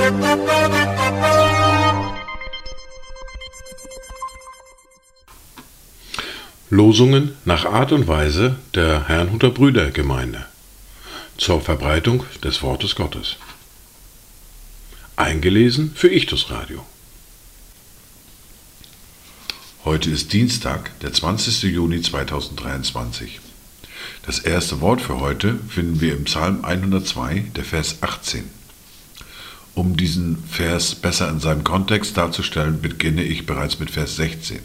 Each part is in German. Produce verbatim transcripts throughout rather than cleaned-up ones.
Losungen nach Art und Weise der Herrnhuter Brüdergemeinde zur Verbreitung des Wortes Gottes. Eingelesen für Ichtus Radio. Heute ist Dienstag, der zwanzigster Juni zweitausenddreiundzwanzig. Das erste Wort für heute finden wir im Psalm hundertzwei, der Vers achtzehn. Um diesen Vers besser in seinem Kontext darzustellen, beginne ich bereits mit Vers sechzehn.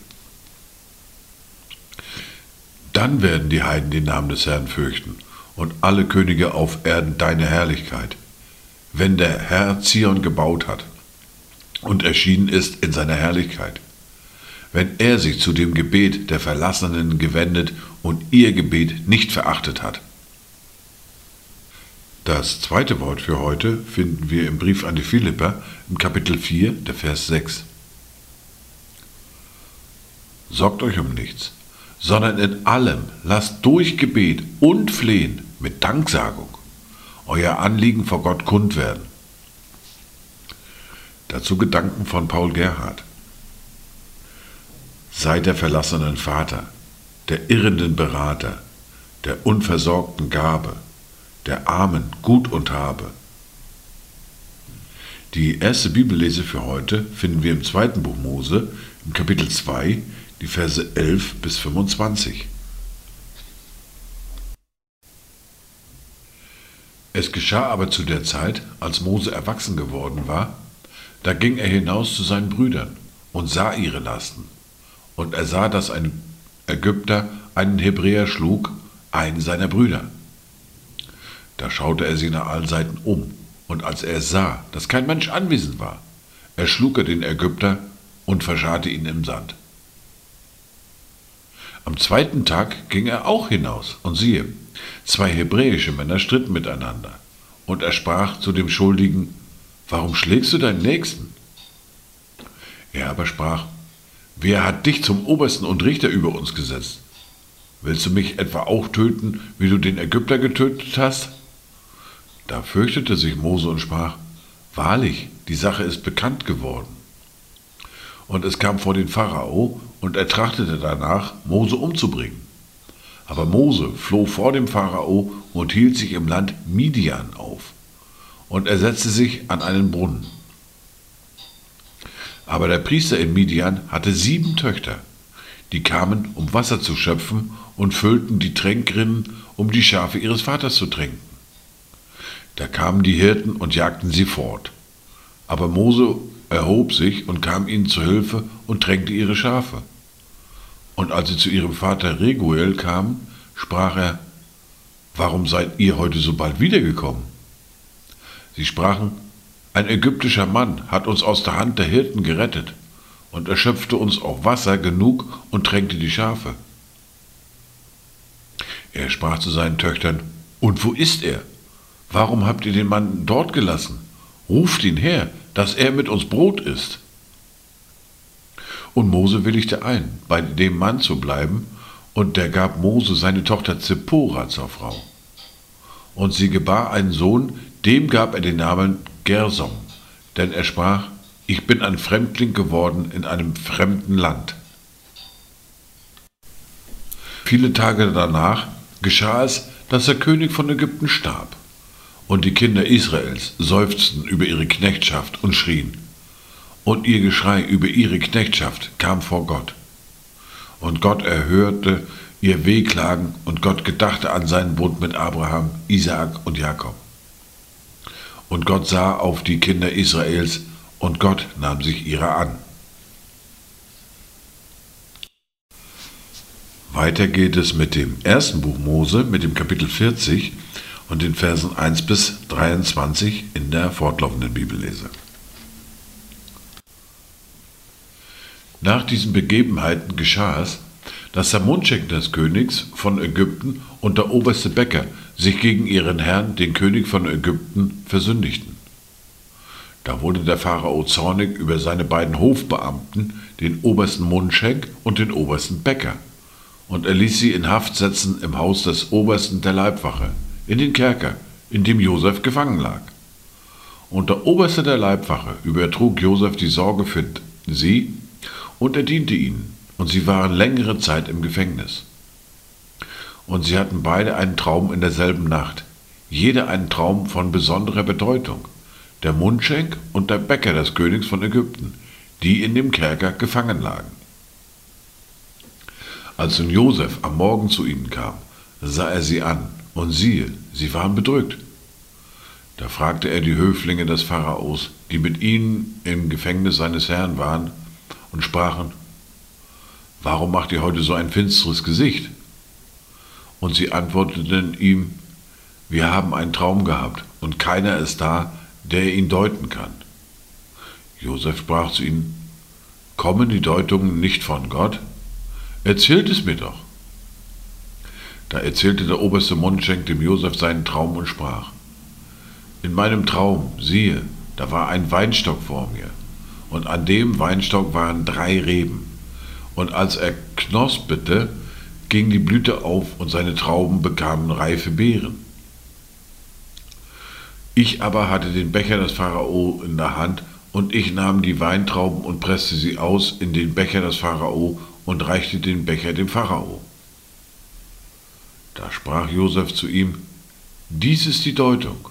Dann werden die Heiden den Namen des Herrn fürchten und alle Könige auf Erden deine Herrlichkeit, wenn der Herr Zion gebaut hat und erschienen ist in seiner Herrlichkeit, wenn er sich zu dem Gebet der Verlassenen gewendet und ihr Gebet nicht verachtet hat. Das zweite Wort für heute finden wir im Brief an die Philipper im Kapitel vier, der Vers sechs. Sorgt euch um nichts, sondern in allem lasst durch Gebet und Flehen mit Danksagung euer Anliegen vor Gott kund werden. Dazu Gedanken von Paul Gerhardt. Sei der verlassenen Vater, der irrenden Berater, der unversorgten Gabe, der Armen Gut und Habe. Die erste Bibellese für heute finden wir im zweiten Buch Mose, im Kapitel zwei, die Verse elf bis fünfundzwanzig. Es geschah aber zu der Zeit, als Mose erwachsen geworden war, da ging er hinaus zu seinen Brüdern und sah ihre Lasten. Und er sah, dass ein Ägypter einen Hebräer schlug, einen seiner Brüder. Da schaute er sie nach allen Seiten um, und als er sah, dass kein Mensch anwesend war, erschlug er den Ägypter und verscharrte ihn im Sand. Am zweiten Tag ging er auch hinaus, und siehe, zwei hebräische Männer stritten miteinander. Und er sprach zu dem Schuldigen: Warum schlägst du deinen Nächsten? Er aber sprach: Wer hat dich zum Obersten und Richter über uns gesetzt? Willst du mich etwa auch töten, wie du den Ägypter getötet hast? Da fürchtete sich Mose und sprach: Wahrlich, die Sache ist bekannt geworden. Und es kam vor den Pharao, und er trachtete danach, Mose umzubringen. Aber Mose floh vor dem Pharao und hielt sich im Land Midian auf. Und er setzte sich an einen Brunnen. Aber der Priester in Midian hatte sieben Töchter, die kamen, um Wasser zu schöpfen, und füllten die Tränkrinnen, um die Schafe ihres Vaters zu tränken. Da kamen die Hirten und jagten sie fort. Aber Mose erhob sich und kam ihnen zu Hilfe und tränkte ihre Schafe. Und als sie zu ihrem Vater Reguel kamen, sprach er: Warum seid ihr heute so bald wiedergekommen? Sie sprachen: Ein ägyptischer Mann hat uns aus der Hand der Hirten gerettet, und er schöpfte uns auch Wasser genug und tränkte die Schafe. Er sprach zu seinen Töchtern: Und wo ist er? Warum habt ihr den Mann dort gelassen? Ruft ihn her, dass er mit uns Brot isst. Und Mose willigte ein, bei dem Mann zu bleiben, und der gab Mose seine Tochter Zippora zur Frau. Und sie gebar einen Sohn, dem gab er den Namen Gersom, denn er sprach: Ich bin ein Fremdling geworden in einem fremden Land. Viele Tage danach geschah es, dass der König von Ägypten starb. Und die Kinder Israels seufzten über ihre Knechtschaft und schrien. Und ihr Geschrei über ihre Knechtschaft kam vor Gott. Und Gott erhörte ihr Wehklagen, und Gott gedachte an seinen Bund mit Abraham, Isaak und Jakob. Und Gott sah auf die Kinder Israels, und Gott nahm sich ihrer an. Weiter geht es mit dem ersten Buch Mose, mit dem Kapitel vierzig und den Versen eins bis dreiundzwanzig in der fortlaufenden Bibellese. Nach diesen Begebenheiten geschah es, dass der Mundschenk des Königs von Ägypten und der oberste Bäcker sich gegen ihren Herrn, den König von Ägypten, versündigten. Da wurde der Pharao zornig über seine beiden Hofbeamten, den obersten Mundschenk und den obersten Bäcker, und er ließ sie in Haft setzen im Haus des Obersten der Leibwache, in den Kerker, in dem Josef gefangen lag. Und der Oberste der Leibwache übertrug Josef die Sorge für sie, und er diente ihnen, und sie waren längere Zeit im Gefängnis. Und sie hatten beide einen Traum in derselben Nacht, jeder einen Traum von besonderer Bedeutung, der Mundschenk und der Bäcker des Königs von Ägypten, die in dem Kerker gefangen lagen. Als nun Josef am Morgen zu ihnen kam, sah er sie an, und siehe, sie waren bedrückt. Da fragte er die Höflinge des Pharaos, die mit ihnen im Gefängnis seines Herrn waren, und sprachen: Warum macht ihr heute so ein finsteres Gesicht? Und sie antworteten ihm: Wir haben einen Traum gehabt, und keiner ist da, der ihn deuten kann. Josef sprach zu ihnen: Kommen die Deutungen nicht von Gott? Erzählt es mir doch. Da erzählte der oberste Mundschenk dem Josef seinen Traum und sprach: In meinem Traum, siehe, da war ein Weinstock vor mir, und an dem Weinstock waren drei Reben. Und als er knospete, ging die Blüte auf, und seine Trauben bekamen reife Beeren. Ich aber hatte den Becher des Pharao in der Hand, und ich nahm die Weintrauben und presste sie aus in den Becher des Pharao und reichte den Becher dem Pharao. Da sprach Josef zu ihm: Dies ist die Deutung.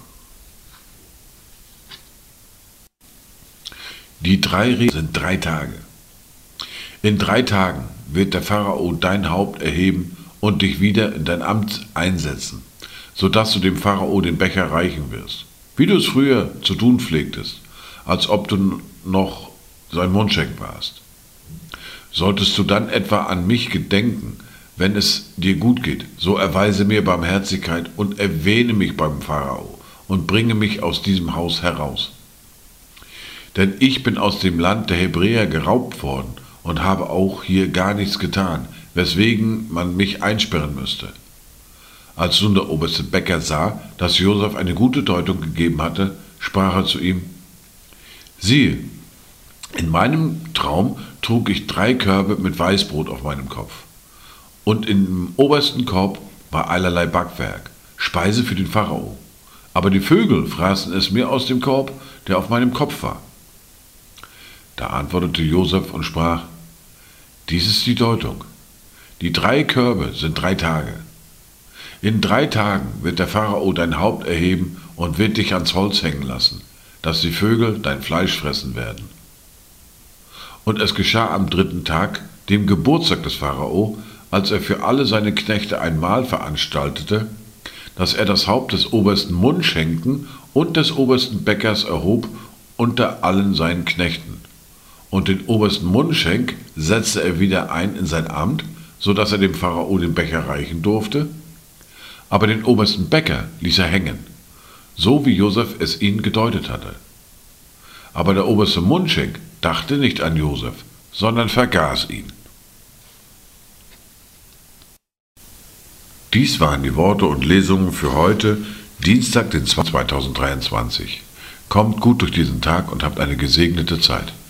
Die drei Reben sind drei Tage. In drei Tagen wird der Pharao dein Haupt erheben und dich wieder in dein Amt einsetzen, so dass du dem Pharao den Becher reichen wirst, wie du es früher zu tun pflegtest, als ob du noch sein Mundschenk warst. Solltest du dann etwa an mich gedenken, wenn es dir gut geht, so erweise mir Barmherzigkeit und erwähne mich beim Pharao und bringe mich aus diesem Haus heraus. Denn ich bin aus dem Land der Hebräer geraubt worden und habe auch hier gar nichts getan, weswegen man mich einsperren müsste. Als nun der oberste Bäcker sah, dass Josef eine gute Deutung gegeben hatte, sprach er zu ihm: Siehe, in meinem Traum trug ich drei Körbe mit Weißbrot auf meinem Kopf. Und im obersten Korb war allerlei Backwerk, Speise für den Pharao. Aber die Vögel fraßen es mir aus dem Korb, der auf meinem Kopf war. Da antwortete Josef und sprach: Dies ist die Deutung. Die drei Körbe sind drei Tage. In drei Tagen wird der Pharao dein Haupt erheben und wird dich ans Holz hängen lassen, dass die Vögel dein Fleisch fressen werden. Und es geschah am dritten Tag, dem Geburtstag des Pharao, als er für alle seine Knechte ein Mahl veranstaltete, dass er das Haupt des obersten Mundschenken und des obersten Bäckers erhob unter allen seinen Knechten. Und den obersten Mundschenk setzte er wieder ein in sein Amt, so dass er dem Pharao den Becher reichen durfte. Aber den obersten Bäcker ließ er hängen, so wie Josef es ihnen gedeutet hatte. Aber der oberste Mundschenk dachte nicht an Josef, sondern vergaß ihn. Dies waren die Worte und Lesungen für heute, Dienstag, den zweitausenddreiundzwanzig. Kommt gut durch diesen Tag und habt eine gesegnete Zeit.